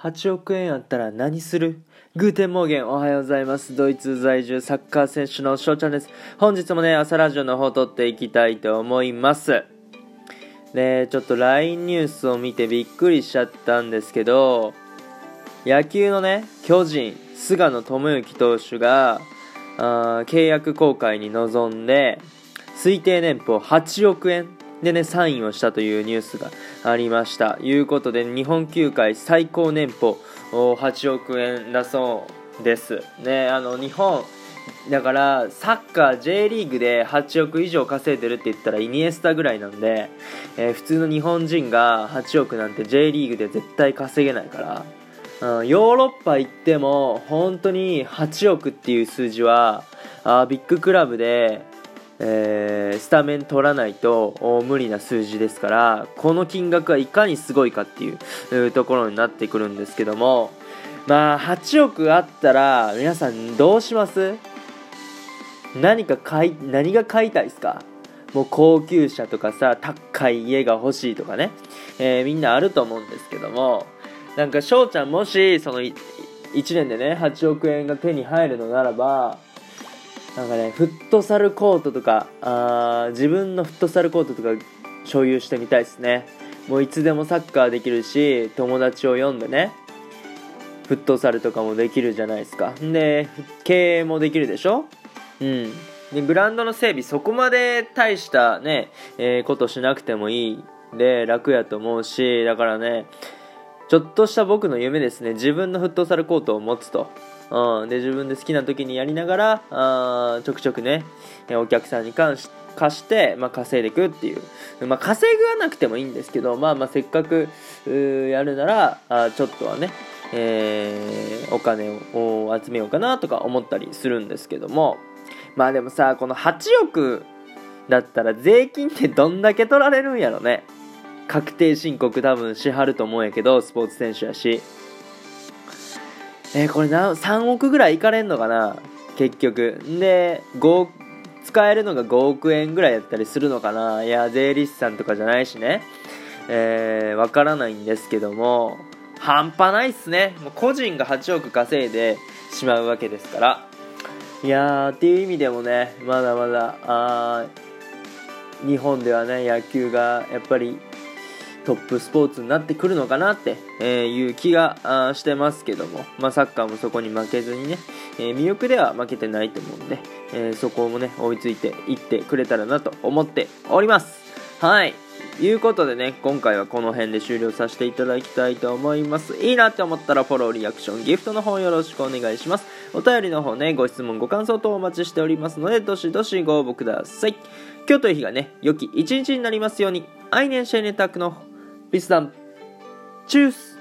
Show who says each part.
Speaker 1: 8億円あったら何する？グーテンモーゲン、おはようございます。ドイツ在住サッカー選手の翔ちゃんです。本日もね、朝ラジオの方撮っていきたいと思います。で、ちょっと LINE ニュースを見てびっくりしちゃったんですけど、野球のね、巨人、菅野智之投手が契約更改に臨んで、推定年俸8億円でね、サインをしたというニュースがありました。いうことで、日本球界最高年俸8億円だそうですね。日本だからサッカー J リーグで8億以上稼いでるって言ったらイニエスタぐらいなんで、普通の日本人が8億なんて J リーグで絶対稼げないから、ヨーロッパ行っても本当に8億っていう数字はビッグクラブでスタメン取らないと無理な数字ですから、この金額はいかにすごいかっていうところになってくるんですけども、まあ8億あったら皆さんどうします？何が買いたいですか？もう高級車とかさ、高い家が欲しいとかね、みんなあると思うんですけども、なんか翔ちゃんもしその1年でね8億円が手に入るのならば、なんかね、フットサルコートとか自分のフットサルコートとか所有してみたいですね。もういつでもサッカーできるし、友達を呼んでねフットサルとかもできるじゃないですか。で経営もできるでしょ。でグラウンドの整備そこまで大したね、ことしなくてもいいで楽やと思うし、だからねちょっとした僕の夢ですね。自分のフットサルコートを持つと、で自分で好きな時にやりながらちょくちょくねお客さんに貸して、稼いでいくっていう、稼ぐはなくてもいいんですけど、せっかくやるならちょっとはね、お金を集めようかなとか思ったりするんですけども、でもさ、この8億だったら税金ってどんだけ取られるんやろね。確定申告多分しはると思うんやけど、スポーツ選手やし、これ3億ぐらいいかれんのかな結局で、使えるのが5億円ぐらいやったりするのかな。いや税理士さんとかじゃないしね、わからないんですけども、半端ないっすね。もう個人が8億稼いでしまうわけですから、いやっていう意味でもね、まだまだ日本ではね野球がやっぱりトップスポーツになってくるのかなっていう気がしてますけども、サッカーもそこに負けずにね、魅力では負けてないと思うんで、そこもね追いついていってくれたらなと思っております。はい、いうことでね、今回はこの辺で終了させていただきたいと思います。いいなって思ったらフォロー、リアクション、ギフトの方よろしくお願いします。お便りの方ね、ご質問ご感想等お待ちしておりますので、どしどしご応募ください。今日という日がね良き一日になりますように。アイネンシェイネタクのビスダンチュース。